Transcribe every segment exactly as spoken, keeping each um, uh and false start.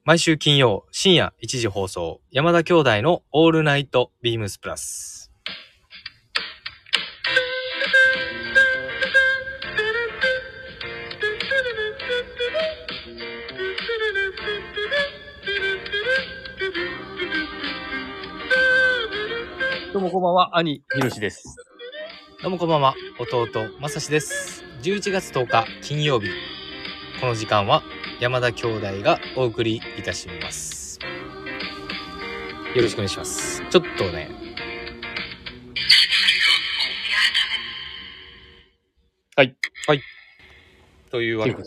毎週金曜深夜いちじ放送、山田兄弟のオールナイトビームスプラス。 どうもこんばんは、兄ひろしです。 どうもこんばんは、弟まさしです。じゅういちがつとおか金曜日、この時間は山田兄弟がお送りいたします。よろしくお願いします。ちょっとね、 はいはいというわけで、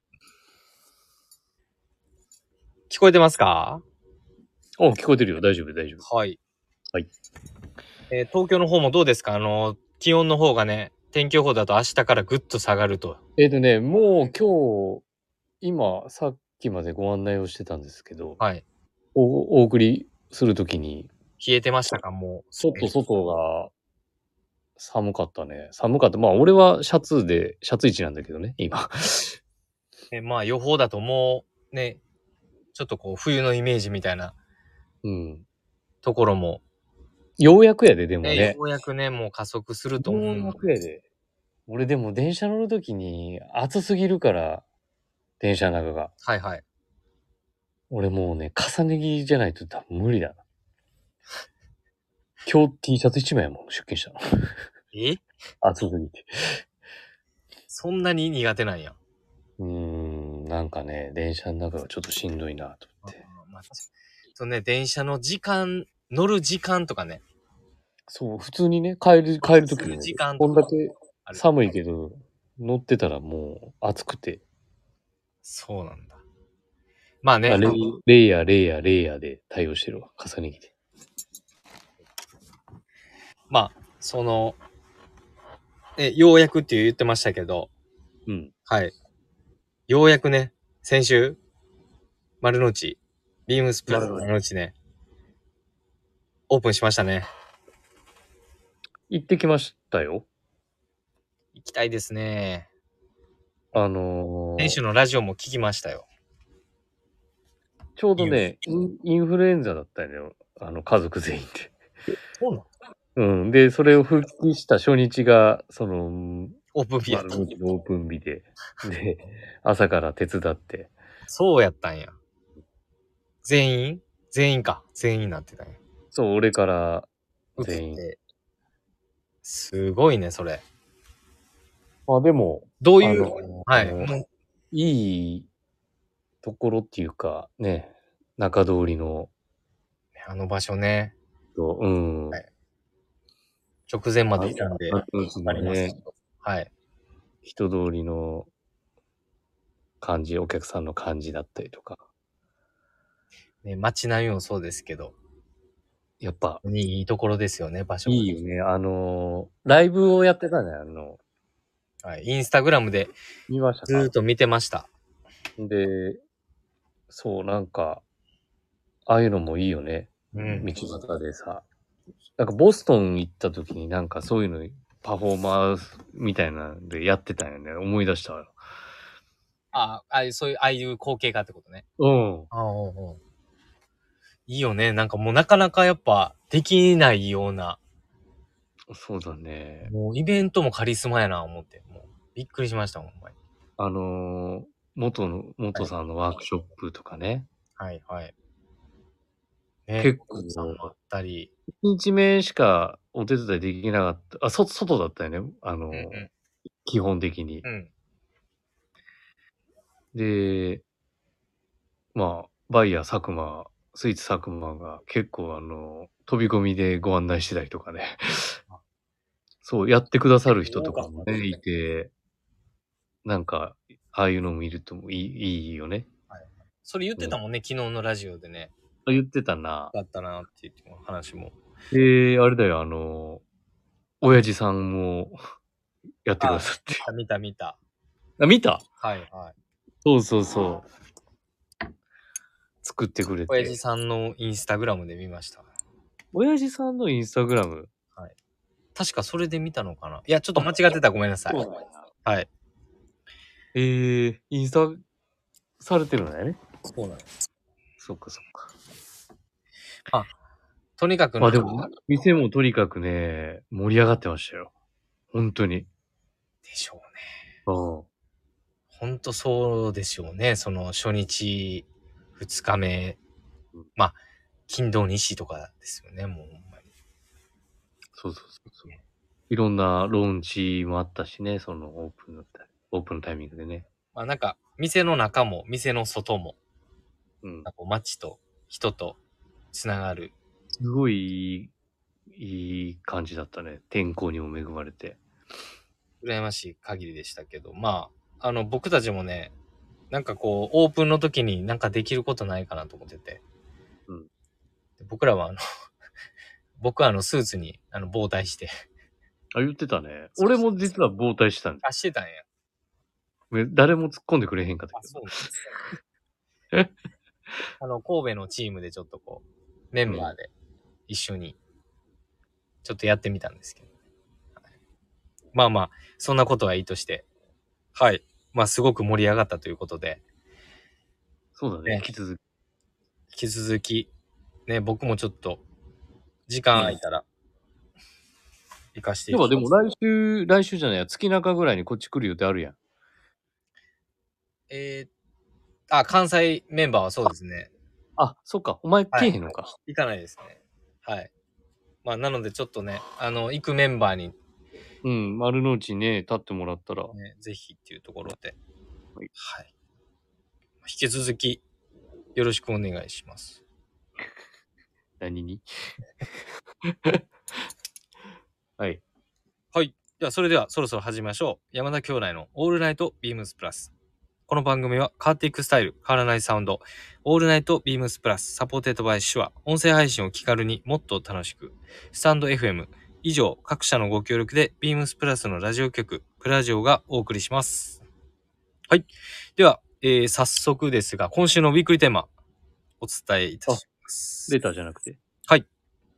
聞こえてますか？ お、聞こえてるよ。大丈夫大丈夫。 はいはい。 えー東京の方もどうですか？あの気温の方がね、天気予報だと明日からぐっと下がると。 えっとね、もう今日、今、さっきまでご案内をしてたんですけど、 はい。 お、お送りするときに、 冷えてましたか？もう。 ちょっと外が寒かったね。寒かった。まあ、俺はシャツで、シャツ一なんだけどね、今。 えまあ予報だともうね、ちょっとこう冬のイメージみたいなうん。 ところも、 ようやくやで、でもね、 ね。 ようやくね、もう加速すると思うようやのくやで。俺でも電車乗るときに暑すぎるから、電車の中が。 はいはい。 俺もうね、重ね着じゃないと多分無理だな。今日 T シャツ一枚やもん、出勤したの。 え暑すぎて。 そんなに苦手なんや。 うーん、なんかね、電車の中がちょっとしんどいなと思って。 あまあ、確かにそうね、電車の時間、乗る時間とかね。 そう、普通にね、帰る、帰るときに、ね、 時間ことんかだけある。 寒いけど、乗ってたらもう暑くて。 そうなんだ。まあね、 あレイレイヤー、レイヤー、レイヤーで対応してるわ。重ね着で。 まあ、その、え、ようやくって言ってましたけど、 うん。 はい。ようやくね、先週、丸の内、ビームスプラス丸の内ね、オープンしましたね。 行ってきましたよ。 行きたいですね。 あのー、 選手のラジオも聞きましたよ。 ちょうどね、インインフルエンザだったよ。あの、家族全員で。 そうなの？ うん。で、それを復帰した初日が、その、 オープン日やった。 丸の内のオープン日で。で、朝から手伝って。 そうやったんや。全員全員か。全員になってたんや。 そう、俺から全員。 すごいね、それ。 まあでも、 どういう、 あのはい。 いいところっていうか、ね、中通りの、 あの場所ね。 とうん。 はい、直前までいたんで。 あのね、 はい。 人通りの感じ、お客さんの感じだったりとか。 ね、街並みもそうですけど。 やっぱ。 いいところですよね、場所。 いいよね。あの、ライブをやってたね、あの。 はい。インスタグラムで。 見ましたか？ ずーっと見てました。 で、そう、なんか、ああいうのもいいよね。 うん。 道端でさ。なんかボストン行った時になんかそういうのパフォーマンスみたいなんでやってたんよね。思い出したよ。 ああ、ああいう、そういう、ああいう光景がってことね。 うん。 ああ、うんうん。いいよね。なんかもうなかなかやっぱできないような。 そうだね。 もうイベントもカリスマやな思って。もうびっくりしましたもん。 あのー、元の、元さんのワークショップとかね。 はいはい。ね、 結構、 さんもあったり。 いちにちめしかお手伝いできなかった。あ、そ、外だったよね。あのー、うんうん、基本的に。うん。で、まあ、バイヤー佐久間、スイーツ佐久間が結構あの、飛び込みでご案内してたりとかね。そう、やってくださる人とかもね、いて、なんか、ああいうのもいるといい、いいよね。 はい。それ言ってたもんね、うん、昨日のラジオでね。 あ、言ってたな。 だったなって言って話も。 えー、あれだよ、あの、親父さんもやってくださって。 見た見た。 あ、見た？ はいはい。 そうそうそう。作ってくれて。 親父さんのインスタグラムで見ました。 親父さんのインスタグラム？ はい。確かそれで見たのかな。いや、ちょっと間違ってたらごめんなさい。はい。 えー、インスタされてるんだよね。 そうなんです。 そっかそっか。 あ、とにかくね。 あ、でも、店もとにかくね、盛り上がってましたよ。本当に。 でしょうね。 うん。 本当そうでしょうね。その初日、二日目、まあ、金土日とかですよね、もうほんまに。 そうそうそうそう。いろんなローンチもあったしね、そのオープンのタイ、オープンのタイミングでね。 まあなんか、店の中も、店の外も、 うん。 なんかこう街と人とつながる。 すごいいい、いい感じだったね。天候にも恵まれて。 羨ましい限りでしたけど、まあ、あの、僕たちもね、なんかこう、オープンの時になんかできることないかなと思ってて。 うん。 僕らはあの、僕はあの、スーツに、あの、防体して。 あ、言ってたね。俺も実は防体したんだ。 あ、してたんや。 め誰も突っ込んでくれへんかったあ、 けそうなんです。あの、神戸のチームでちょっとこう、メンバーで一緒に、ちょっとやってみたんですけど。まあまあ、そんなことはいいとして。はい。まあ、すごく盛り上がったということで。 そうだね。 ね引き続き。 引き続き、ね、僕もちょっと、時間空いたら、行かしていでもきます。 でも来週、来週じゃないや、月中ぐらいにこっち来る予定あるやん。 えー、あ、関西メンバーはそうですね。 あ、そっか。お前はい。 来えへんのか。 行かないですね。はい。まあ、なのでちょっとね、あの、行くメンバーに、 うん。丸の内にね、立ってもらったら。はね、ぜひっていうところで、 い。 はい。引き続き、よろしくお願いします。 何にはい。 はい。では、それではそろそろ始めましょう。山田兄弟のオールナイトビームスプラス。この番組は変わっていくスタイル、変わらないサウンド、オールナイトビームスプラス、サポーテッドバイシュア、音声配信を気軽にもっと楽しく、スタンド エフエム、以上、各社のご協力でビームスプラスのラジオ局、プラジオがお送りします。はい。では、えー、早速ですが、今週のウィークリーテーマ、お伝えいたします。 レターじゃなくて。 はい。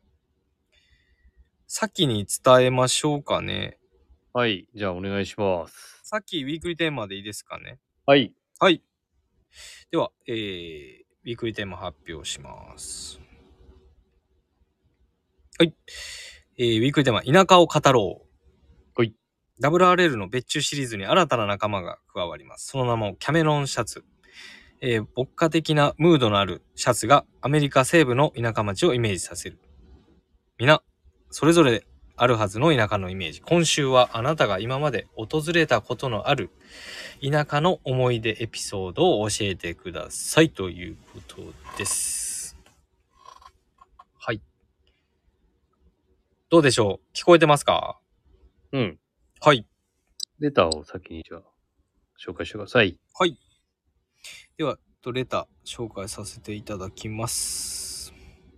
先に伝えましょうかね。 はい。じゃあお願いします。 さっきウィークリーテーマでいいですかね。 はい。 はい。では、えー、ウィークリーテーマ発表します。はい。えー、ウィークリーテーマ、田舎を語ろう。 はい。 ダブルアールエル の別注シリーズに新たな仲間が加わります。その名もキャメロンシャツ。えー、牧歌的なムードのあるシャツがアメリカ西部の田舎町をイメージさせる。皆、それぞれあるはずの田舎のイメージ。今週はあなたが今まで訪れたことのある田舎の思い出エピソードを教えてくださいということです。はい。どうでしょう？聞こえてますか？ うん。 はい。 レターを先にじゃあ、紹介してください。 はい。では、レター紹介させていただきます。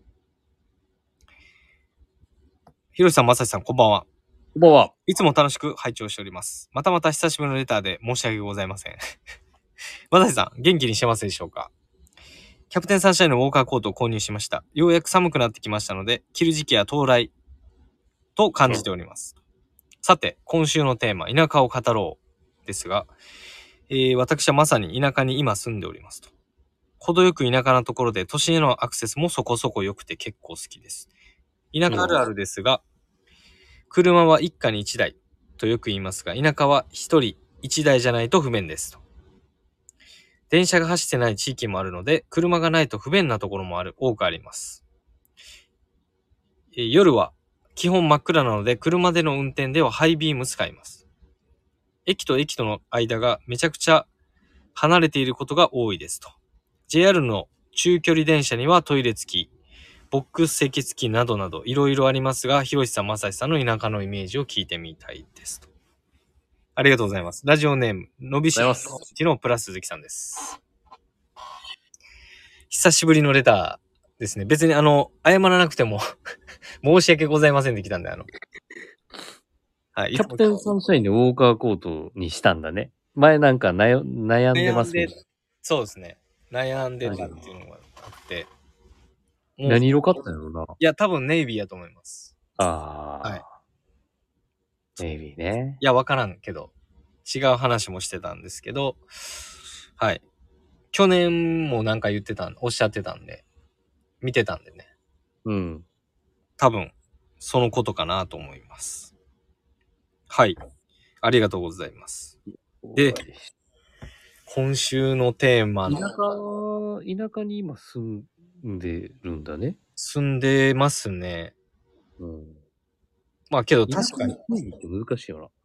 ひろしさん、まさしさん、こんばんは。 こんばんは。 いつも楽しく拝聴しております。またまた久しぶりのレターで申し訳ございません。まさしさん、元気にしてますでしょうか？キャプテンサンシャインのウォーカーコートを購入しました。ようやく寒くなってきましたので、着る時期は到来と感じております。さて、今週のテーマ、田舎を語ろうですが、えー、私はまさに田舎に今住んでおりますと。程よく田舎なところで都心へのアクセスもそこそこ良くて結構好きです。田舎あるあるですが、車は一家に一台とよく言いますが、田舎は一人一台じゃないと不便ですと。電車が走ってない地域もあるので、車がないと不便なところもある、多くあります。えー、夜は基本真っ暗なので、車での運転ではハイビーム使います。駅と駅との間がめちゃくちゃ離れていることが多いですと。ジェイアール の中距離電車にはトイレ付き、ボックス席付きなどなどいろいろありますが、ひろしさん、まさしさんの田舎のイメージを聞いてみたいですと。ありがとうございます。ラジオネーム、のびしろのプラス鈴木さんです。久しぶりのレターですね。別にあの、謝らなくても申し訳ございませんって来たんで、あの。はい。 キャプテンサンシャインでウォーカーコートにしたんだね。前なんか悩悩んでますみたいな。 そうですね。悩んでたっていうのがあって。 何色買ったんやろうな。 いや、多分ネイビーやと思います。 ああ。 はい。 ネイビーね。 いや、わからんけど、違う話もしてたんですけど、はい。 去年もなんか言ってたん、おっしゃってたんで、見てたんでね。 うん。 多分、そのことかなと思います。はい。ありがとうございます。で、今週のテーマの。 田舎、田舎に今住んでるんだね。 住んでますね。 うん。 まあけど確かに。 って難しいよな。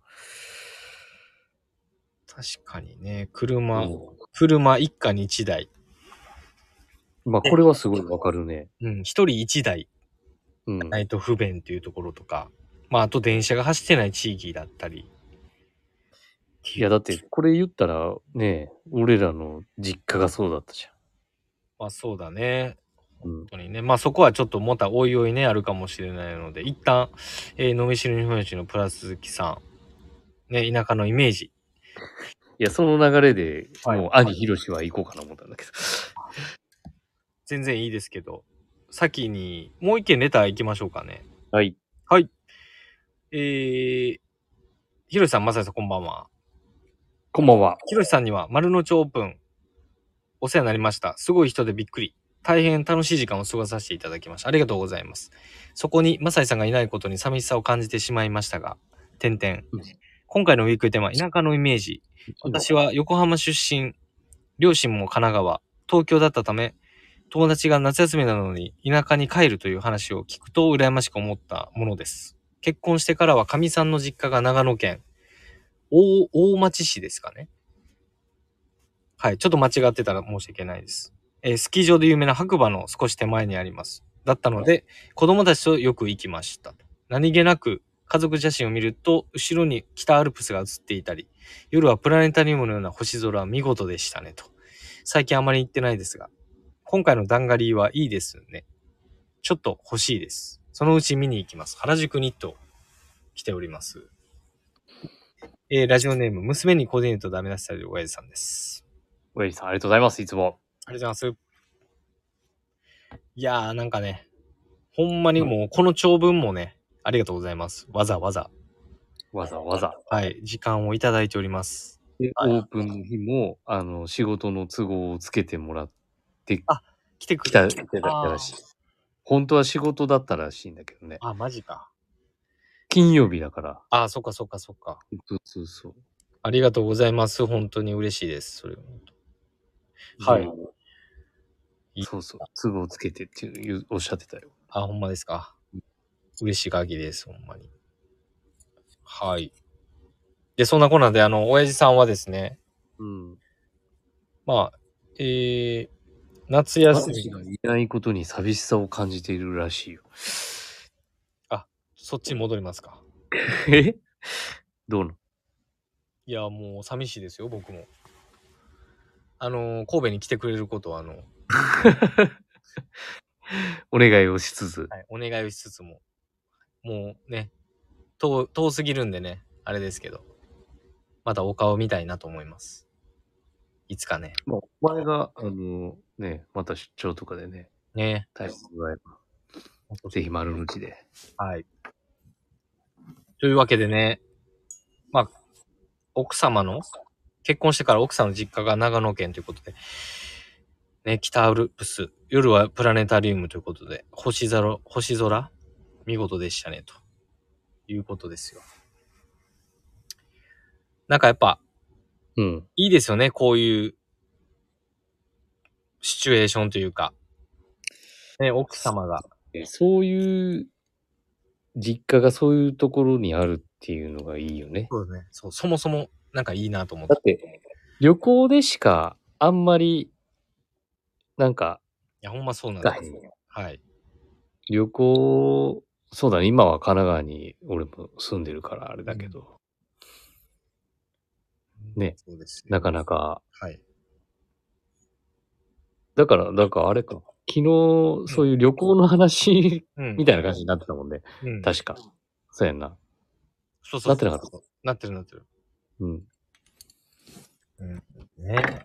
確かにね、車、うん、車一家に一台。 まあこれはすごいわかるね。 うん、一人一台。ないと不便っていうところとか、まああと電車が走ってない地域だったり。 いやだってこれ言ったらね、俺らの実家がそうだったじゃん。 まあそうだね。本当にね。うん、まあそこはちょっとまたおいおいね、あるかもしれないので、一旦、えー、飲みしる日本一のプラス月さん、ね、田舎のイメージ。 いや、その流れで、もう兄ひろしは行こうかな思ったんだけど。 全然いいですけど、先にもう一件レター行きましょうかね。 はい。 はい。えー、ひろしさん、まささんこんばんは。 こんばんは。 ひろしさんには丸の内オープン、お世話になりました。すごい人でびっくり。大変楽しい時間を過ごさせていただきました。ありがとうございます。そこに、まさいさんがいないことに寂しさを感じてしまいましたが、点々。うん、今回のウィークリーテーマ、田舎のイメージ。私は横浜出身、両親も神奈川、東京だったため、友達が夏休みなのに田舎に帰るという話を聞くと羨ましく思ったものです。結婚してからはかみさんの実家が長野県、大、大町市ですかね。はい。ちょっと間違ってたら申し訳ないです。えー、スキー場で有名な白馬の少し手前にあります。だったので、子供たちとよく行きました。何気なく家族写真を見ると、後ろに北アルプスが映っていたり、夜はプラネタリウムのような星空は見事でしたねと。最近あまり行ってないですが、今回のダンガリーはいいですね。ちょっと欲しいです。そのうち見に行きます。原宿にと来ております。えー、ラジオネーム、娘にコーディネートダメ出しされる親父さんです。 親父さん、ありがとうございます。いつも。 ありがとうございます。いやー、なんかね、ほんまにもうこの長文もね、ありがとうございます。わざわざ。 わざわざ。 はい、時間をいただいております。 で、 はい、 オープンの日も、あの、仕事の都合をつけてもらって、 あ、来てくれた、来てたらしい。本当は仕事だったらしいんだけどね。 あ、マジか。 金曜日だから。 あ、そっかそっかそっか。 そうそうそう。 ありがとうございます。本当に嬉しいです。それは。はい。 そうそう。都合つけてっていうおっしゃってたよ。 あ、ほんまですか。嬉しい限りです。ほんまに。はい。で、そんなこんなで、あの、親父さんはですね。 うん。 まあ、えー、夏休みがいないことに寂しさを感じているらしいよ。 あ、そっちに戻りますか。 えどうなの？ いや、もう寂しいですよ、僕も。あの、神戸に来てくれることは、あの、 お願いをしつつ、 はい、お願いをしつつも、もうね、遠、遠すぎるんでね、あれですけど、またお顔見たいなと思います。いつかね。 まあ、お前が、あの、ね、また出張とかでね、 ね。 タイムがあれば、ぜひ丸の内で。 はい。というわけでね、まあ、奥様の、結婚してから奥さんの実家が長野県ということで、ね、北アルプス、夜はプラネタリウムということで、星空、星空、見事でしたね、ということですよ。なんかやっぱ、 うん。 いいですよね、こういう、シチュエーションというか、ね、奥様が。 そういう、実家がそういうところにあるっていうのがいいよね。 そうですね。そう、そもそも、なんかいいなと思って。 だって、旅行でしか、あんまり、なんか、 いや、ほんまそうなんです。はい。 旅行、そうだね、今は神奈川に俺も住んでるからあれだけど、うん、ね、そうですね、なかなか、 はい。 だから、だからあれか、昨日、そういう旅行の話、うん、みたいな感じになってたもんね。うん、確か。そうやんな。 そうそうそう。 なってなかった。 なってるなってる。 うん。 うん。ね。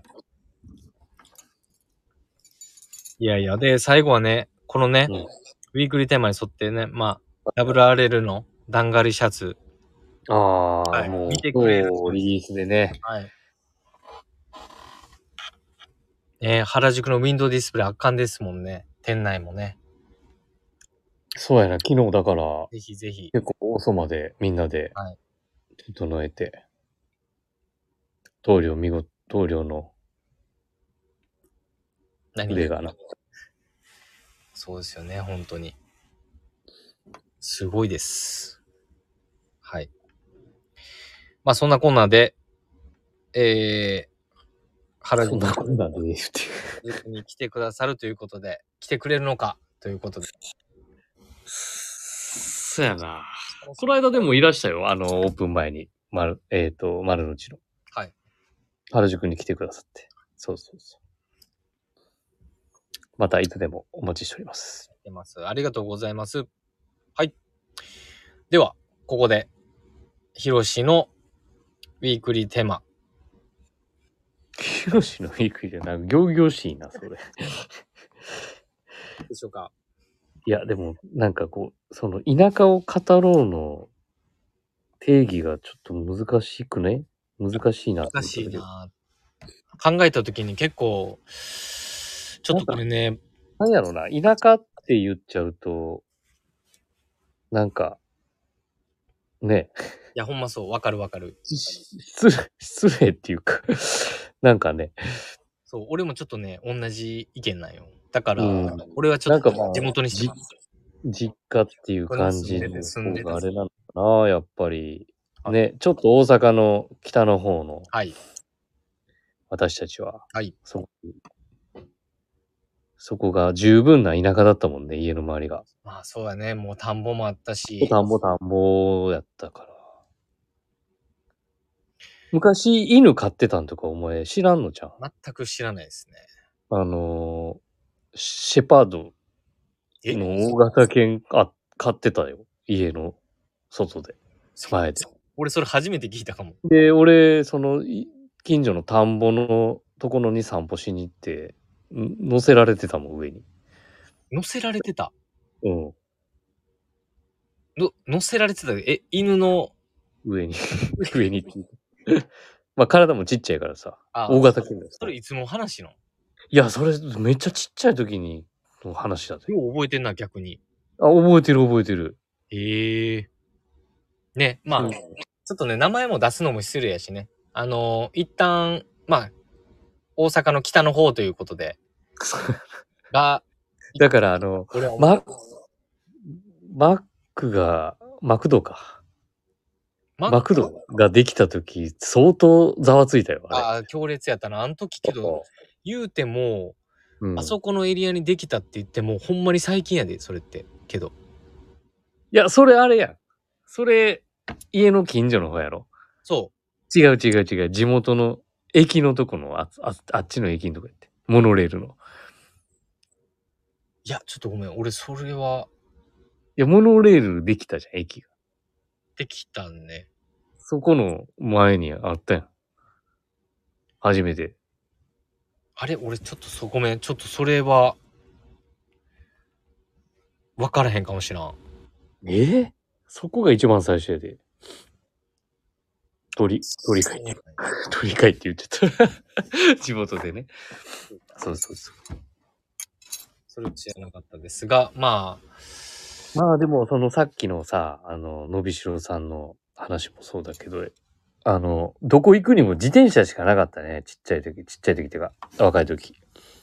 いやいや、で、最後はね、このね、うん、ウィークリーテーマに沿ってね、まあ、ダブルアールエル のダンガリシャツ。 ああ、はい、もう、見てくれる。リリースでね。 はい。 ね、原宿のウィンドウディスプレイ圧巻ですもんね。店内もね。 そうやな、昨日だから、 ぜひぜひ。 結構遅までみんなではい。 整えて、棟梁見事、棟梁の何腕がな。 そうですよね、本当に。すごいです。はい。まあそんなこんなで、えー、原宿そんなこんなんで言って。 に来てくださるということで、来てくれるのかということで。 そやな。この間でもいらしたよ。あの、オープン前に。丸、えっ、と、丸の内の。 はい。 原宿に来てくださって。そうそうそう。またいつでもお待ちしております。 出ます。ありがとうございます。はい。では、ここで、ひろしのウィークリーテーマ。 ヒロシのウィークリーでなんか行々しいな、それ。 でしょうか。 いや、でも、なんかこう、その田舎を語ろうの定義がちょっと難しくね難しいなと難思ったけど。 しいな。考えたときに結構、ちょっとこれね、 なんやろな、田舎って言っちゃうと、なんか、ね、 いや、ほんまそう、わかるわかる。 失礼、失礼っていうか、なんかね、 そう、俺もちょっとね、同じ意見なんよ。だから、 うん俺はちょっなんかまあと地元にしてます。 実家っていう感じの住んでて方があれなのかな、やっぱり。ね、ちょっと大阪の北の方のはい。 私たちは、 はい。 そそこが十分な田舎だったもんね、家の周りが。 まあそうやね、もう田んぼもあったし、 田んぼ田んぼやったから。昔犬飼ってたんとかお前知らんのじゃん。 全く知らないですね。 あのー、シェパードえの大型犬あ飼ってたよ。家の外で。前で。 俺それ初めて聞いたかも。 で、俺、その、い近所の田んぼのところに散歩しに行って、ん乗せられてたもん、上に。 乗せられてた。 うん。 の、乗せられてた。え、犬の、 上に。上にっていうか。まあ、体もちっちゃいからさ。 あ大型犬だよ。 それいつも話のいや、それ、めっちゃちっちゃい時にの話だぜ。 よう覚えてんな、逆に。 あ、覚えてる覚えてる。 へえ。ね、まあ、 うんちょっとね、名前も出すのも失礼やしね。あのー、一旦、まあ、大阪の北の方ということで、が、 だから、あの、 俺は、 ママックが、マクドか。 ママクドができた時、相当ざわついたよ、あれ。 ああ、強烈やったな。あの時けど、言うても、 うん、 あそこのエリアにできたって言っても、ほんまに最近やで、それって。けど。 いや、それあれやん。それ、家の近所の方やろ。 そ違う違う違う。地元の駅のとこのあ、ああっちの駅のとこやって。モノレールの。 う。いや、ちょっとごめん。俺、それは、 いや、モノレールできたじゃん、駅が。 できたんね。 そこの前にあったやん。初めて。 あれ俺、ちょっとそ、ごめん。ちょっとそれは、わからへんかもしらん。 えー、そこが一番最初やで。鳥、鳥会って。鳥会って言ってた。地元でね。そうそうそう。 それは知らなかったですが、まあ、 まあでも、そのさっきのさ、あの、のびしろさんの話もそうだけど、あの、どこ行くにも自転車しかなかったね。ちっちゃい時、ちっちゃい時っていうか、若い時。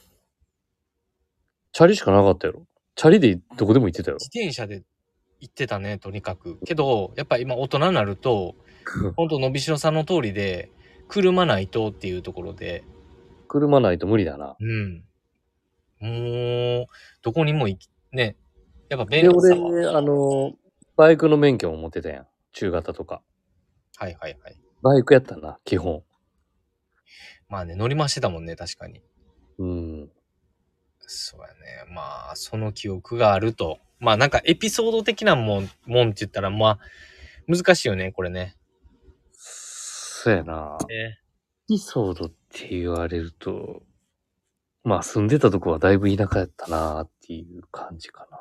チャリしかなかったやろ。チャリでどこでも行ってたよ。 自転車で行ってたね、とにかく。けど、やっぱ今大人になると、ほんと、のびしろさんの通りで、車ないとっていうところで、 車ないと無理だな。 うん。もう、どこにも行き、ね。やっぱ便で、 利さは。 俺、あの、バイクの免許も持ってたやん。中型とか。 はいはいはい。 バイクやったな、基本。 まあね、乗り回してたもんね、確かに。 うん。 そうやね。まあ、その記憶があると。まあなんかエピソード的なもん、もんって言ったら、まあ、難しいよね、これね。 そうやな。 ねエピソードって言われると、まあ住んでたとこはだいぶ田舎やったなっていう感じかな。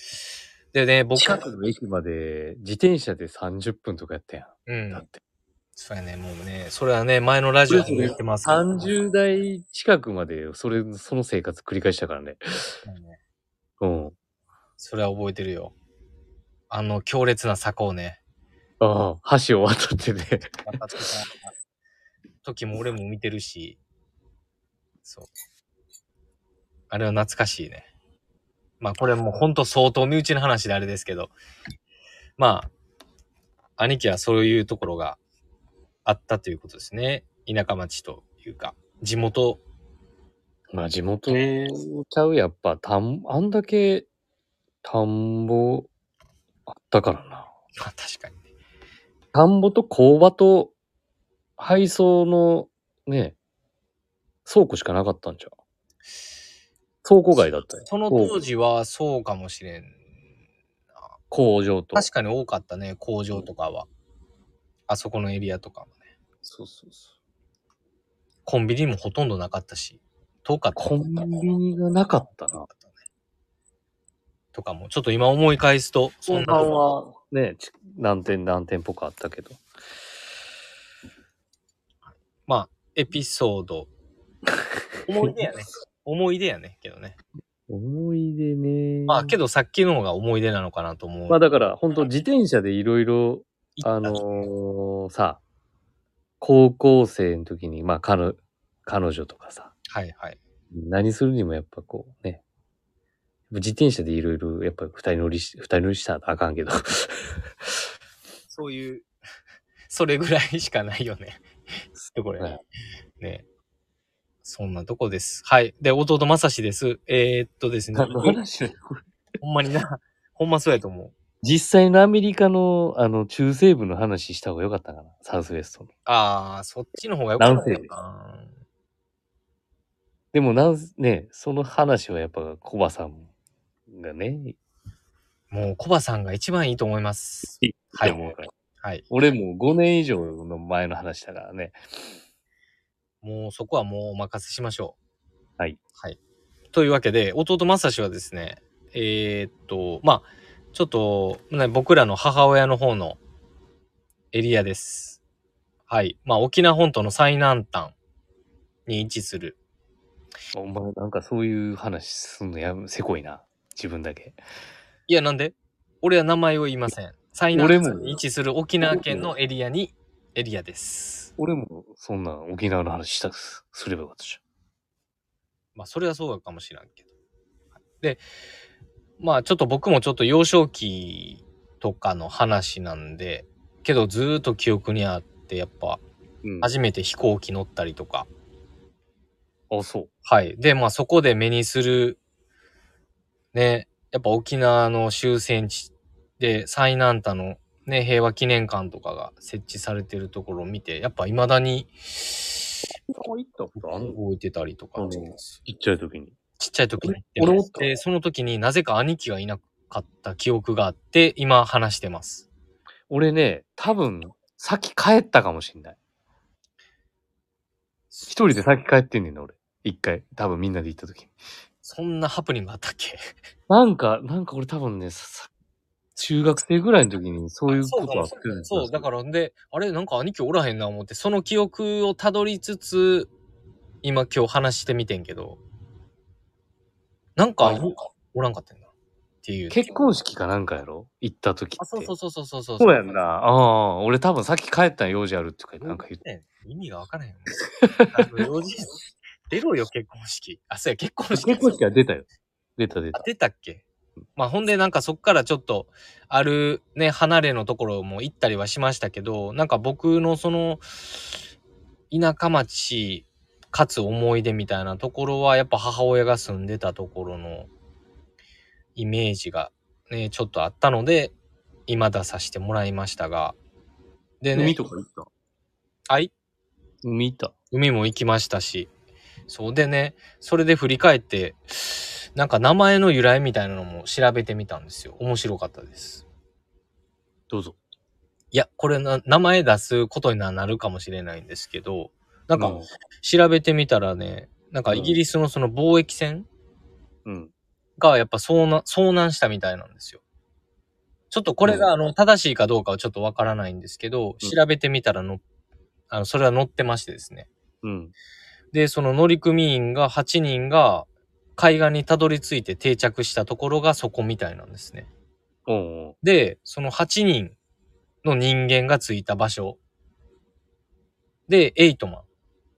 でね、僕、 近くの駅まで自転車でさんじゅっぷんとかやったやん。 うん。 だって。 そうやね、もうね、それはね、前のラジオでも言ってますけど。 さんじゅう代近くまで、それ、その生活繰り返したからね。 ねうん。 それは覚えてるよ。あの強烈な坂をね。 ああ、橋を渡ってね。 渡ってた時も俺も見てるし、そう。あれは懐かしいね。まあこれもうほんと相当身内の話であれですけど、まあ、兄貴はそういうところがあったということですね。田舎町というか、地元。 まあ地元ちゃう、やっぱ、田ん、あんだけ田んぼあったからな。 まあ確かにね。 田んぼと工場と配送のね、倉庫しかなかったんじゃ。倉庫街だったよ。 その当時はそうかもしれん。 工場と。 確かに多かったね、工場とかは。あそこのエリアとかもね。 そうそうそう。 コンビニもほとんどなかったし、遠かった。 コンビニがなかったな。 とかも、ちょっと今思い返すと、 そんなはね、何店何店舗かあったけど。 まあ、エピソード。思い出やね。思い出やね、けどね。 思い出ね。 まあ、けどさっきの方が思い出なのかなと思う。 まあだから、本当自転車でいろいろ、あのー、さ、高校生の時に、まあ彼、彼女とかさ。 はいはい。 何するにもやっぱこうね。自転車でいろいろ、やっぱ二人乗りし、二人乗りしたらあかんけど。 そういう、それぐらいしかないよね。ところやね。ね。そんなとこです。はい。で、弟まさしです。えー、っとですね。 何の話だよ、これ。 ほんまにな。ほんまそうやと思う。 実際のアメリカの、あの、中西部の話した方がよかったかな。サウスウェストの。 ああ、そっちの方がよかった南西な。 でもなんね、その話はやっぱコバさんがね。 もうコバさんが一番いいと思います。はい。はい。 俺もうごねん以上の前の話だからね。 もうそこはもうお任せしましょう。 はい。 はい。というわけで、弟まさしはですね、えー、っと、まあ、ちょっと、ね、僕らの母親の方のエリアです。はい。まあ、沖縄本島の最南端に位置する。 お前なんかそういう話すんのやせこいな。自分だけ。 いや、なんで俺は名前を言いません。最南端に位置する沖縄県のエリアに、エリアです。 俺もそんな沖縄の話したす、すればよかったじゃん。 まあ、それはそうかもしれんけど。で、まあ、ちょっと僕もちょっと幼少期とかの話なんで、けどずーっと記憶にあって、やっぱ、初めて飛行機乗ったりとか。 うん、あ、そう。 はい。で、まあそこで目にする、ね、やっぱ沖縄の終戦地で最南端のね、平和記念館とかが設置されてるところを見て、やっぱ未だに、 行ったことあんの？ 覚えてたりとか。 ちっちゃい時に。 ちっちゃい時に行ってます。で、その時になぜか兄貴がいなかった記憶があって、今話してます。 俺ね、多分、先帰ったかもしんない。一人で先帰ってんねんな、俺。一回。多分みんなで行った時に。 そんなハプニングあったっけ？ なんか、なんか俺多分ね、中学生ぐらいの時にそういうことあってるんですよ。そう、だからんで、あれなんか兄貴おらへんな思って、その記憶をたどりつつ、今今日話してみてんけど、なんか、おらんかったんだ。っていう。 結婚式かなんかやろ行った時って。 あ、そうそうそうそうそうそう。 そうやんな。ああ、俺多分さっき帰ったん用事あるって言うからなんか言って。 意味がわからへんよ。用事、出ろよ、結婚式。あ、そうや、結婚式。 結婚式は出たよ。出た出た。 出たっけ？まあほんでなんかそっからちょっと、あるね、離れのところも行ったりはしましたけど、なんか僕のその、田舎町、かつ思い出みたいなところは、やっぱ母親が住んでたところのイメージがね、ちょっとあったので、今出させてもらいましたが。でね。 海とか行った？ はい。 海行った。 海も行きましたし。そうでね、それで振り返って、なんか名前の由来みたいなのも調べてみたんですよ。面白かったです。 どうぞ。 いや、これな、名前出すことになるかもしれないんですけど、なんか、調べてみたらね、なんかイギリスのその貿易船がやっぱ遭難、遭難したみたいなんですよ。ちょっとこれがあの、正しいかどうかはちょっとわからないんですけど、調べてみたらの、 あの、それは載ってましてですね。 うん。 で、その乗組員がはちにんが海岸にたどり着いて定着したところがそこみたいなんですね。 おうおう。 で、そのはちにんの人間がついた場所で、エイトマン。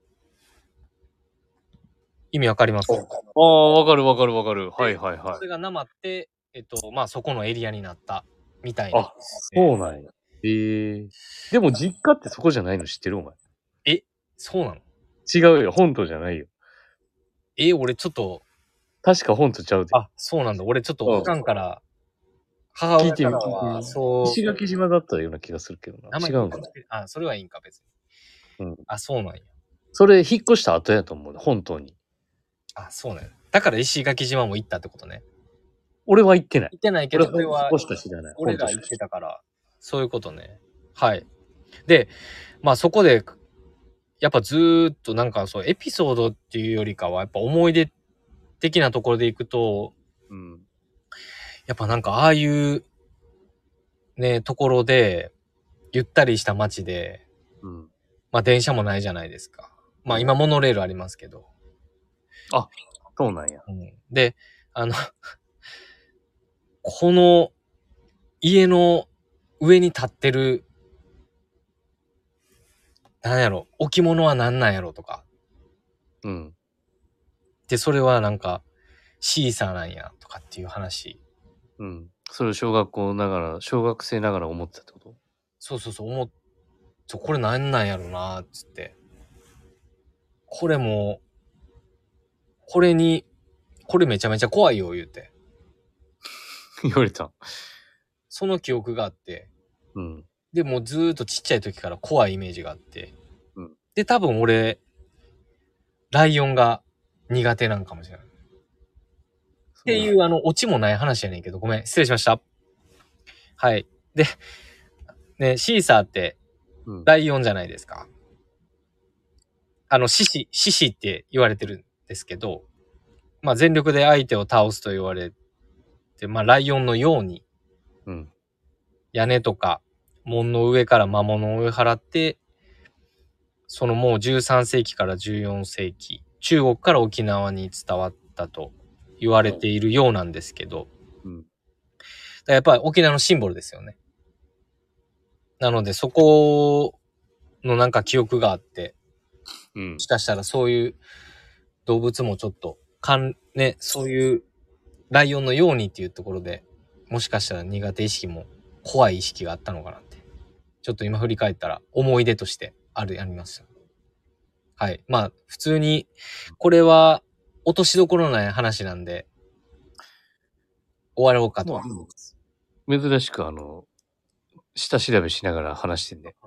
意味わかります？ ああ、わかるわかるわかる。はいはいはいそ。れがなまって、えっと、まあそこのエリアになったみたいあ、そうなんや。ええでも実家ってそこじゃないの知ってるお前。 え、そうなの？ 違うよ。本島じゃないよ。 え、俺ちょっと、 確か本島ちゃうで。 あ、そうなんだ。俺ちょっとうんおかんから、母親から聞いてみ、聞いては、 み。 そう、 石垣島だったような気がするけどな。 名前違うんだ。 あ、それはいいんか、別に。 うん。 あ、そうなんや。 それ引っ越した後やと思うね。本島に。 あ、そうなんや。だから石垣島も行ったってことね。 俺は行ってない。 行ってないけ俺ど、俺ははそこしか知らない。 俺が行っ本島しか知らてたから、そういうことね。はい。で、まあそこで、やっぱずーっとなんかそう、エピソードっていうよりかは、やっぱ思い出的なところで行くと、 ない。うん。 やっぱなんかああいうね、ところで、ゆったりした街で、 うん。 まあ電車もないじゃないですか。まあ今モノレールありますけど。 あ、そうなんや。 うん、で、あの、この家の上に立ってる、なんやろ、置物は何なんやろとか。 うん。 で、それはなんか、シーサーなんやとかっていう話。 うん。それを小学校ながら、小学生ながら思ってたってこと？ そうそうそう、思っ、ちょ、これ何なんやろなーっつって。これも、これに、これめちゃめちゃ怖いよ、言うて。 言われた。 その記憶があって。 うん。 で、もうずーっとちっちゃい時から怖いイメージがあって。 うん。 で、多分俺、ライオンが苦手なんかもしれない。っていう、あの、オチもない話やねんけど、ごめん、失礼しました。はい。で、ね、シーサーって、 うん。 ライオンじゃないですか。あの、獅子、獅子って言われてるんですけど、まあ、全力で相手を倒すと言われて、まあ、ライオンのように、 うん。 屋根とか、門の上から魔物を追い払って、そのもうじゅうさん世紀からじゅうよん世紀、中国から沖縄に伝わったと言われているようなんですけど、 うん。 だからやっぱり沖縄のシンボルですよね。なのでそこのなんか記憶があって、 うん。 もしかしたらそういう動物もちょっと、かん、ね、そういうライオンのようにっていうところで、もしかしたら苦手意識も怖い意識があったのかなって。ちょっと今振り返ったら思い出としてある、ありました。はい。まあ、普通に、これは落としどころのない話なんで、終わろうかと。 まあ、珍しくあの、下調べしながら話してんね。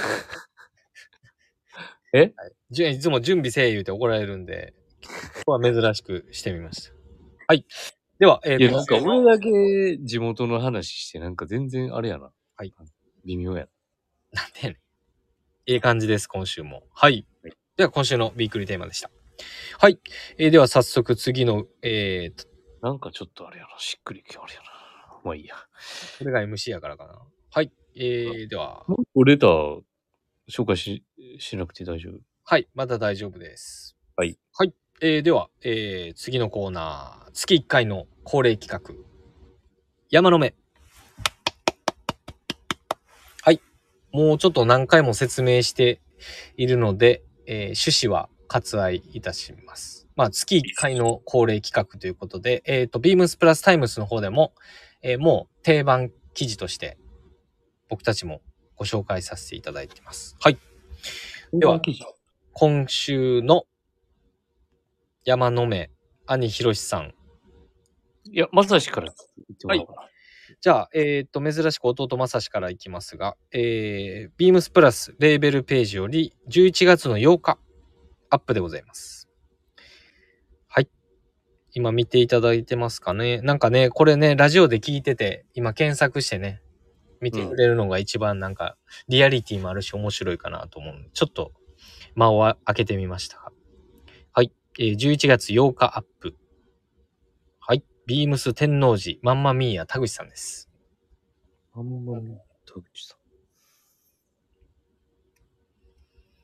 えはい、じゅいつも準備せえ言うて怒られるんで、ここは珍しくしてみました。はい。では、えー、 いや、なんか俺だけ地元の話して、なんか全然あれやな。 はい。 微妙やな。なんでやねん。ええ感じです、今週も。はい。 はい、 では、今週のビークリーテーマでした。はい。えー、では、早速次の、えー、 なんかちょっとあれやな。しっくりきあれやな。まあいいや。 これが エムシー やからかな。はい。えー、では。 もう一個レター紹介し、しなくて大丈夫？ はい。まだ大丈夫です。 はい。 はい。えー、では、えー、次のコーナー。月いっかいの恒例企画。山の目。はい。もうちょっと何回も説明しているので、えー、趣旨は割愛いたします。まあ、月いっかいの恒例企画ということで、えっと、ビームスプラスタイムスの方でも、えー、もう定番記事として僕たちもご紹介させていただいています。はい。では、今週の山の目、兄ひろしさん。 いや、まさしから言ってもらおうかな。 はい、じゃあ、えっと、珍しく弟まさしからいきますが、えー、ビームスプラスレーベルページよりじゅういちがつのようかアップでございます。はい。今見ていただいてますかね。なんかね、これね、ラジオで聞いてて、今検索してね、見てくれるのが一番なんか、リアリティもあるし面白いかなと思うので、ちょっと間を開けてみました。はい。えー、じゅういちがつようかアップ。はい。ビームス天王寺マンマミーヤ田口さんです。 マンマミーヤ田口さん。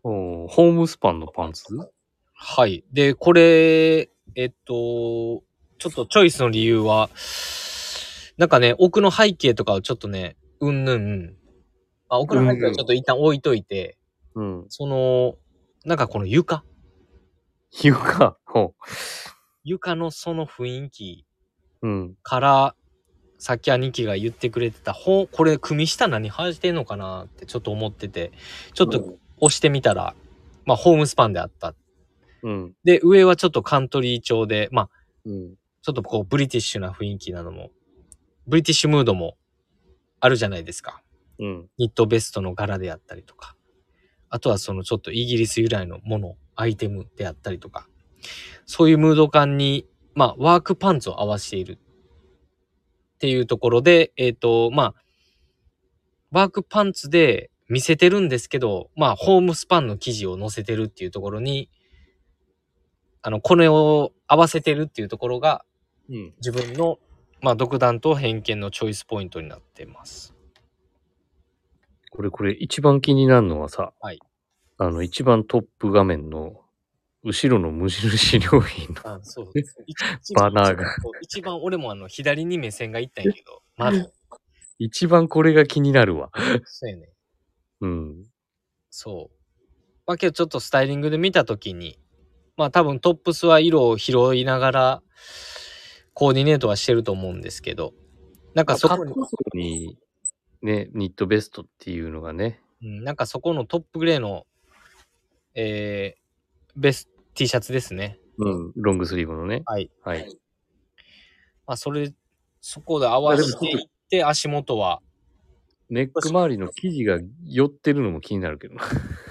おーホームスパンのパンツ？ はい。で、これ、えっと、ちょっとチョイスの理由は、なんかね、奥の背景とかをちょっとね、うんぬん、あ、奥の背景はちょっと一旦置いといて、 うん。 その、なんかこの床、 床。ほ床のその雰囲気う。うん。 から、さっき兄貴が言ってくれてた、ほこれ組下何履いてんのかなってちょっと思ってて、ちょっと押してみたら、まあホームスパンであった。 うん。 で、上はちょっとカントリー調で、まあ、 うん。 ちょっとこうブリティッシュな雰囲気なのも、ブリティッシュムードもあるじゃないですか。 うん。 ニットベストの柄であったりとか、あとはそのちょっとイギリス由来のもの、アイテムであったりとか、そういうムード感に、まあ、ワークパンツを合わせているっていうところで、えっと、まあ、ワークパンツで見せてるんですけど、まあ、ホームスパンの生地を載せてるっていうところに、あの、これを合わせてるっていうところが、 うん。 自分の、まあ、独断と偏見のチョイスポイントになってます。 これ、これ、一番気になるのはさ、 はい。 あの、一番トップ画面の、後ろの無印良品のあ、そう。一一バナーが。 そう一番俺もあの、左に目線がいったんやけど、まず、 一番これが気になるわ。 そうやね。 うん。 そう。まあけどちょっとスタイリングで見たときに、まあ多分トップスは色を拾いながら、コーディネートはしてると思うんですけど、なんかそこに、 カットソーに、ね、ニットベストっていうのがね。 うん、なんかそこのトップグレーの、えー、ベス T シャツですね。 うん。ロングスリーブのね。 はい。 はい。 まあそれ、そこで合わせていって足元は、 ネック周りの生地が寄ってるのも気になるけどな。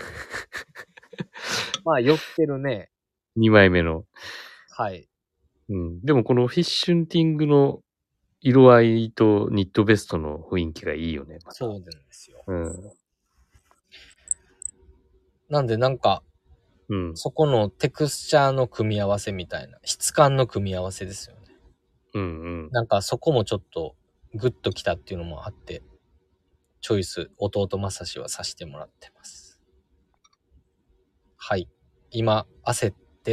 まあ寄ってるね。 にまいめの。 はい。 うん。でもこのフィッシュンティングの色合いとニットベストの雰囲気がいいよね。またそうなんですよ。 うん。 なんでなんか、 うん。 そこのテクスチャーの組み合わせみたいな、質感の組み合わせですよね。 うんうん。 なんかそこもちょっとグッときたっていうのもあって、チョイス、弟正志はさせてもらってます。はい。今、焦って、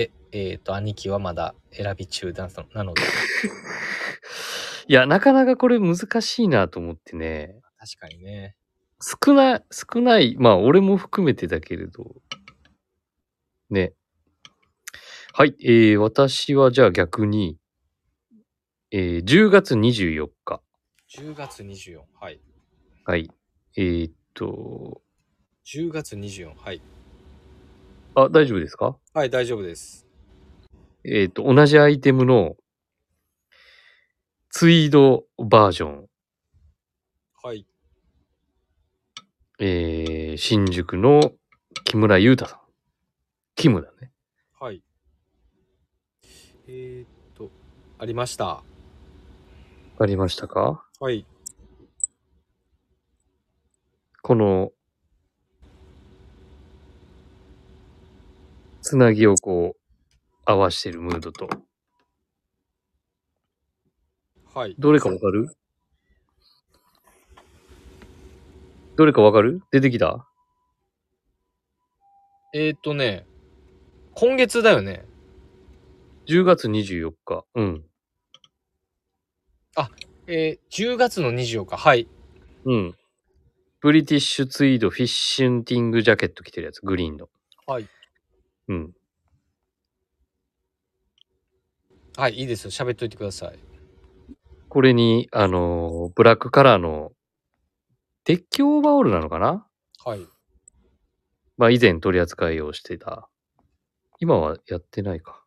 えっと、兄貴はまだ選び中だとなので、 いや、なかなかこれ難しいなと思ってね。 確かにね。 少ない、少ない、まあ俺も含めてだけれど、ね。はい、えー、私はじゃあ逆に、えー、じゅうがつにじゅうよっか。 じゅうがつにじゅうよっか。はい。 はい。えー、っと、 じゅうがつにじゅうよっか。はい。 あ、大丈夫ですか？ はい、大丈夫です。 えー、っと、同じアイテムのツイードバージョン。 はい。 えー、新宿の木村優太さん。キムだね。 はい。えー、っと、ありました。 わかりましたか？ はい。 この、つなぎをこう、合わしてるムードと。 はい。 どれかわかる？どれかわかる？出てきた？ えー、っとね、今月だよね。 じゅうがつにじゅうよっか。うん。 えー、じゅうがつのにじゅうよっか。はい。 うん。ブリティッシュツイードフィッシュンティングジャケット着てるやつ。グリーンの。 はい。 うん。 はい、いいですよ。喋っといてください。 これに、あのーブラックカラーの、鉄橋オーバーオールなのかな？ はい。 まあ以前取り扱いをしてた。今はやってないか。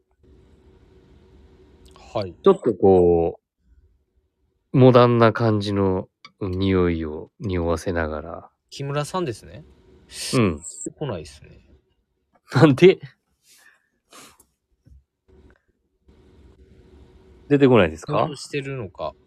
はい。 ちょっとこう、モダンな感じの匂いを匂わせながら。 木村さんですね。 うん。 来ないですね。 なんで出てこないですか？ どうしてるのか。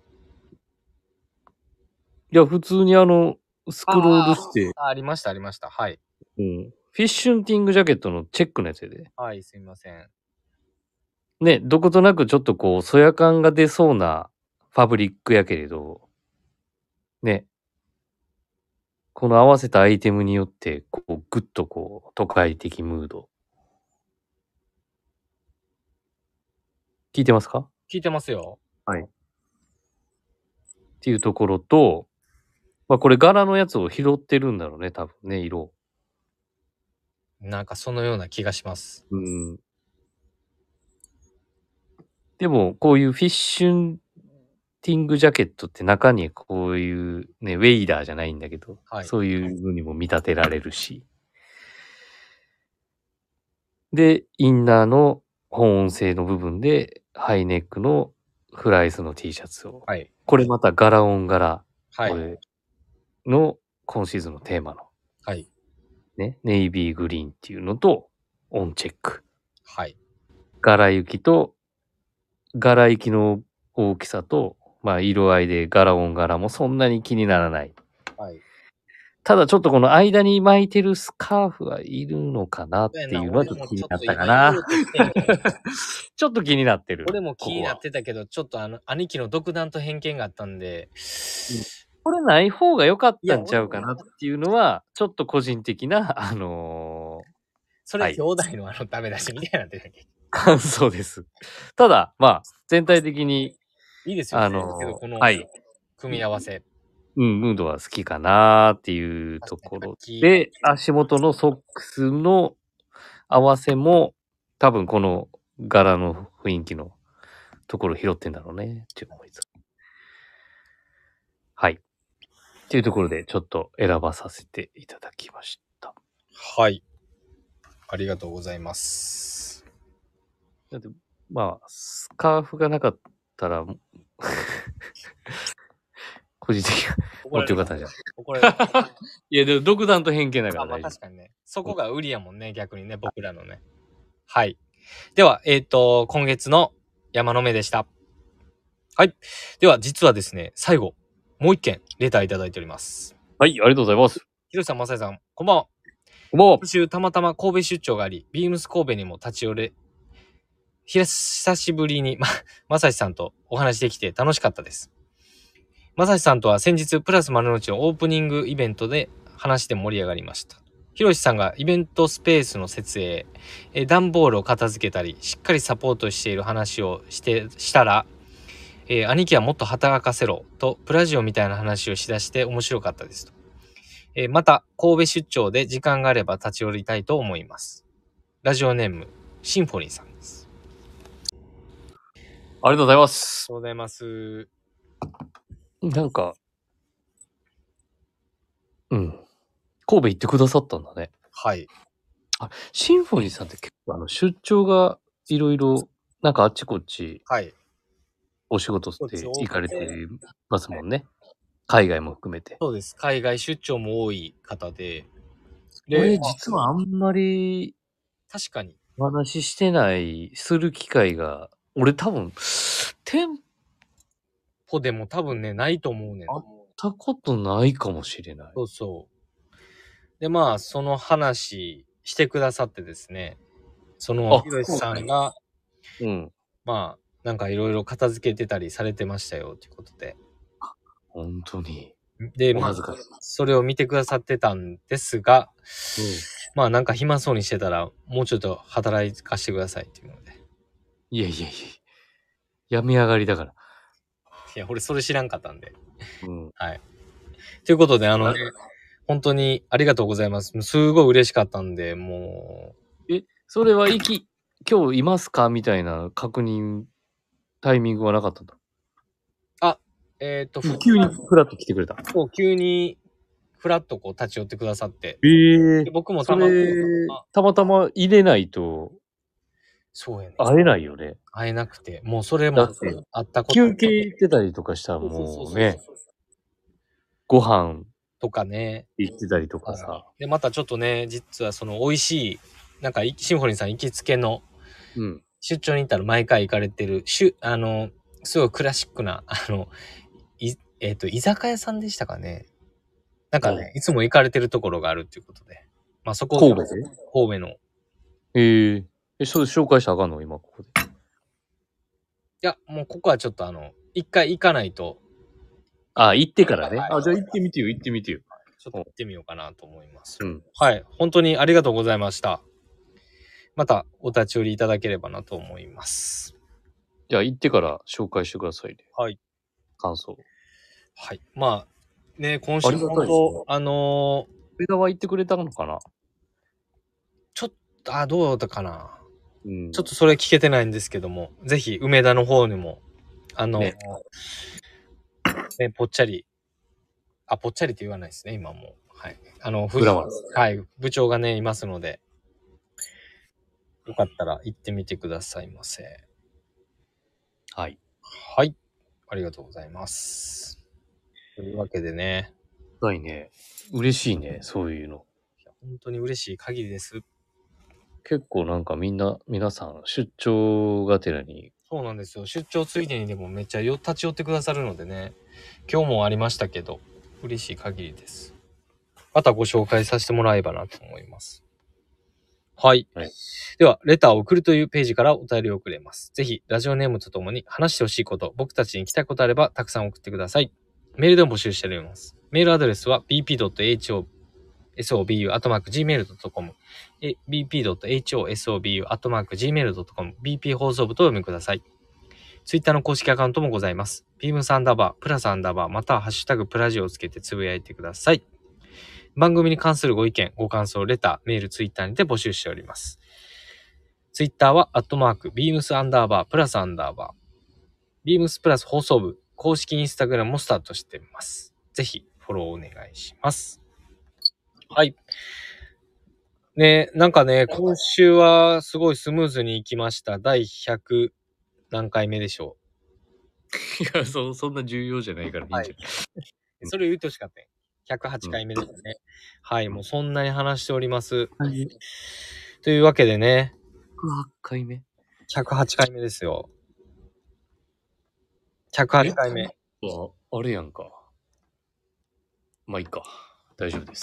いや、普通にあの、スクロールして、 あ、ありました、ありました。はい。 うん。フィッシュンティングジャケットのチェックのやつやで。 はい、すみません。 ね、どことなくちょっとこう、そや感が出そうなファブリックやけれど、ね。 この合わせたアイテムによって、こう、ぐっとこう、都会的ムード。聞いてますか？ 聞いてますよ。 はい。っていうところと、まあこれ柄のやつを拾ってるんだろうね、多分ね、色。 なんかそのような気がします。 うん。でも、こういうフィッシュティングジャケットって中にこういうね、ウェイダーじゃないんだけど、 はい。 そういう風にも見立てられるし。で、インナーの保温性の部分で、ハイネックのフライスの T シャツを。 はい。 これまた柄オン柄。 はい。 これの今シーズンのテーマの。 はい。 ね、ネイビーグリーンっていうのと、オンチェック。 はい。 柄行きと、柄行きの大きさと、まあ色合いで柄オン柄もそんなに気にならない。 はい。 ただちょっとこの間に巻いてるスカーフはいるのかなっていうのはちょっと気になったかな。ちょっと気になってる。 俺も気になってたけど、ちょっとあの、兄貴の独断と偏見があったんで、 これない方が良かったんちゃうかなっていうのは、ちょっと個人的な、あのー、 それ兄弟のあのダメ出しみたいになってたっけ、 感想です。ただ、まあ、全体的に、 いいですよね。 あのーけどこのはい。 組み合わせ。 うん、ムードは好きかなっていうところで、足元のソックスの合わせも、多分この柄の雰囲気のところ拾ってんだろうねって思います。はい。っていうところでちょっと選ばさせていただきました。 はい。ありがとうございます。 だって、まあ、スカーフがなかったら、個人的に持ってよかったんじゃない？ これいや、でも独断と偏見だからあ、まあ大丈夫。 確かにね。そこが売りやもんね、逆にね、僕らのね。はい。では、えっと、今月の山の目でした。はい。では、実はですね、最後、もう一件、レターいただいております。 はい、ありがとうございます。 ひろしさん、まさやさん、こんばんは。 こんばんは。 今週、たまたま神戸出張があり、ビームス神戸にも立ち寄れ、久しぶりに、ま、まさしさんとお話できて楽しかったです。まさしさんとは先日、プラス丸の内のオープニングイベントで話して盛り上がりました。ひろしさんがイベントスペースの設営、え段ボールを片付けたり、しっかりサポートしている話をして、したら、えー、兄貴はもっと働かせろとプラジオみたいな話をしだして面白かったですと。えー、また神戸出張で時間があれば立ち寄りたいと思います。ラジオネームシンフォニーさんです。 ありがとうございます。 ありがとうございます。 なんか、うん。神戸行ってくださったんだね。 はい。 あ、シンフォニーさんって結構あの出張がいろいろ、なんかあっちこっち、 はい。 お仕事って行かれてますもんね。海外も含めて。 そうです。海外出張も多い方で。 俺実はあんまり、 確かに。 お話ししてない、する機会が、俺多分、店舗でも多分ね、ないと思うねん。 あったことないかもしれない。 そうそう。で、まあ、その話してくださってですね、その、ひろしさんが、 うん。 まあ、なんかいろいろ片付けてたりされてましたよ、ということで。 本当に。 で、 お恥ずかしい。 それを見てくださってたんですが、 うん、 まあなんか暇そうにしてたら、もうちょっと働かしてくださいっていうので。 いやいやいや、病み上がりだから。 いや、俺それ知らんかったんで。 うん。 はい。ということで、あのね、本当にありがとうございます。すごい嬉しかったんで、もう。え、それは行き、今日いますかみたいな確認、タイミングはなかったんだ。 あ、えっ、ー、と、 急にフラッと来てくれた。 そう、急にフラッとこう立ち寄ってくださって。 ええー、僕もたまたまたま入れないと、 そうやね。 会えないよね。 会えなくて、もうそれもあったこと。 休憩行ってたりとかしたらもうね、ご飯とかね。 行ってたりとかさ。 で、またちょっとね、実はその美味しい、なんかシンフォニーさん行きつけの、 うん、 出張に行ったら毎回行かれてる、しゅあの、すごいクラシックな、あの、いえっ、ー、と、居酒屋さんでしたかね。なんかね、いつも行かれてるところがあるっていうことで。まあそこ神戸で神戸の。 えー、え、それ紹介したらあかんの今ここで。いや、もうここはちょっとあの、一回行かないと。 あ、行ってからね。あ、じゃあ行ってみてよ、行ってみてよ。 ちょっと行ってみようかなと思います。 うん。 はい。本当にありがとうございました。またお立ち寄りいただければなと思います。 じゃあ行ってから紹介してくださいね。 はい。 感想。 はい。まあ、ね、今週ありがたい本ですね当、あのー、 上田は行ってくれたのかな？ ちょっと、あ、どうだったかな。 うん。 ちょっとそれ聞けてないんですけども、ぜひ梅田の方にも、あの、 ねね、ぽっちゃり、あ、ぽっちゃりって言わないですね、今もう。はい。あの、ふグラマラス。 はい、部長がね、いますので、よかったら行ってみてくださいませ。 はい。 はい。ありがとうございます。というわけでね、 はいね。嬉しいね、そういうの。 いや本当に嬉しい限りです。 結構なんかみんな、皆さん出張がてらに、 そうなんですよ。出張ついでにでもめっちゃよ立ち寄ってくださるのでね、今日もありましたけど、嬉しい限りです。またご紹介させてもらえばなと思います。はい。 はいでは、レターを送るというページからお便りを送れます。ぜひ、ラジオネームとともに話してほしいこと、僕たちに聞きたいことあれば、たくさん送ってください。メールでも募集しております。メールアドレスは ビーピードットエイチオーエスオービーユー アットマーク ジーメールドットコム ビーピードットエイチオーエスオービーユー アットマーク ジーメールドットコム ビーピー 放送部とお読みください。ツイッターの公式アカウントもございます。ビームスアンダーバー、プラスアンダーバー、またはハッシュタグプラジオをつけてつぶやいてください。番組に関するご意見、ご感想、レター、メール、ツイッターにて募集しております。ツイッターは、アットマーク、ビームスアンダーバー、プラスアンダーバー。ビームスプラス放送部、公式インスタグラムもスタートしています。ぜひ、フォローお願いします。はい。ね、なんかね、今週はすごいスムーズにいきました。だいひゃく何回目でしょいや、そ、そんな重要じゃないからいいんじゃない？ う。それを言ってほしかったね。ひゃくはちかいめですね。はい、もうそんなに話しております。 はい。 というわけでね、 ひゃくはちかいめ。 ひゃくはちかいめですよ。ひゃくはちかいめ。 あ、あれやんか。まあいいか。大丈夫です。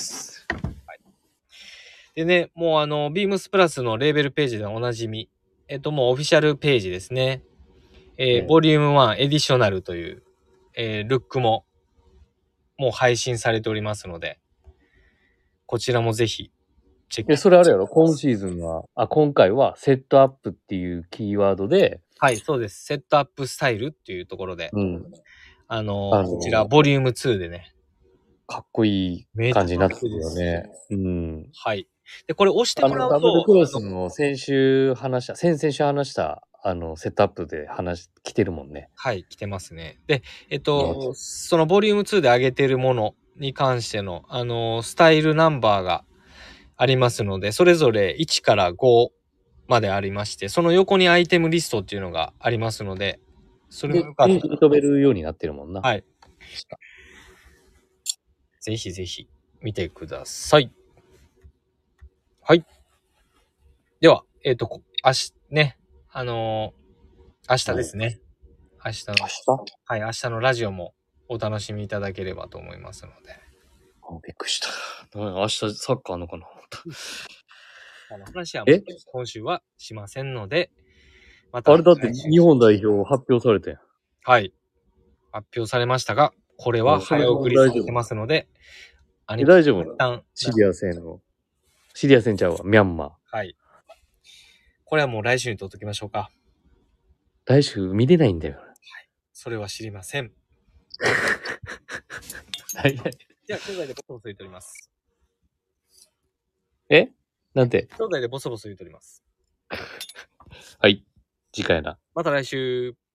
でね、もうあの、ビームスプラスのレーベルページでおなじみ、えっともうオフィシャルページですね。えー、 うんボリュームワンエディショナルという、えー、ルックももう配信されておりますので、こちらもぜひチェック。 え、それあれやろ今シーズンは、あ、今回はセットアップっていうキーワードで、 はい、そうです。セットアップスタイルっていうところで、 うん。 あのーあのーこちらボリュームツーでね、 かっこいい感じになってるよね。うん。 はい。で、これ押してあの、 もらうダブルクロスと、 の先週話した、先々週話した、あの、セットアップで話、来てるもんね。 はい、来てますね。で、えっと、そのボリュームツーで上げてるものに関しての、あのースタイルナンバーがありますので、それぞれいちからごまでありまして、その横にアイテムリストっていうのがありますので、それで、 もよかったら、 認めるようになってるもんな。 はい。ぜひぜひ見てください。はい。では、えっ、と、こ明日ね、あのー明日ですね。明日の、 明日はい、明日のラジオもお楽しみいただければと思いますので。 あ、びっくりした。なんか明日サッカーあんのかな思ったあの話はえ今週はしませんので、また。 あれだって日本代表発表されたやん。 はい。発表されましたが、これは早送りされてますので、 え大丈夫一旦シリア戦の。シリア戦ちゃうわ。ミャンマー。 はい。これはもう来週にとっときましょうか。 来週見れないんだよ。 それは知りません。 はい。 では、兄弟でボソボソ言っております。 えなんて兄弟でボソボソ言っております。 はい。次回な。 また来週。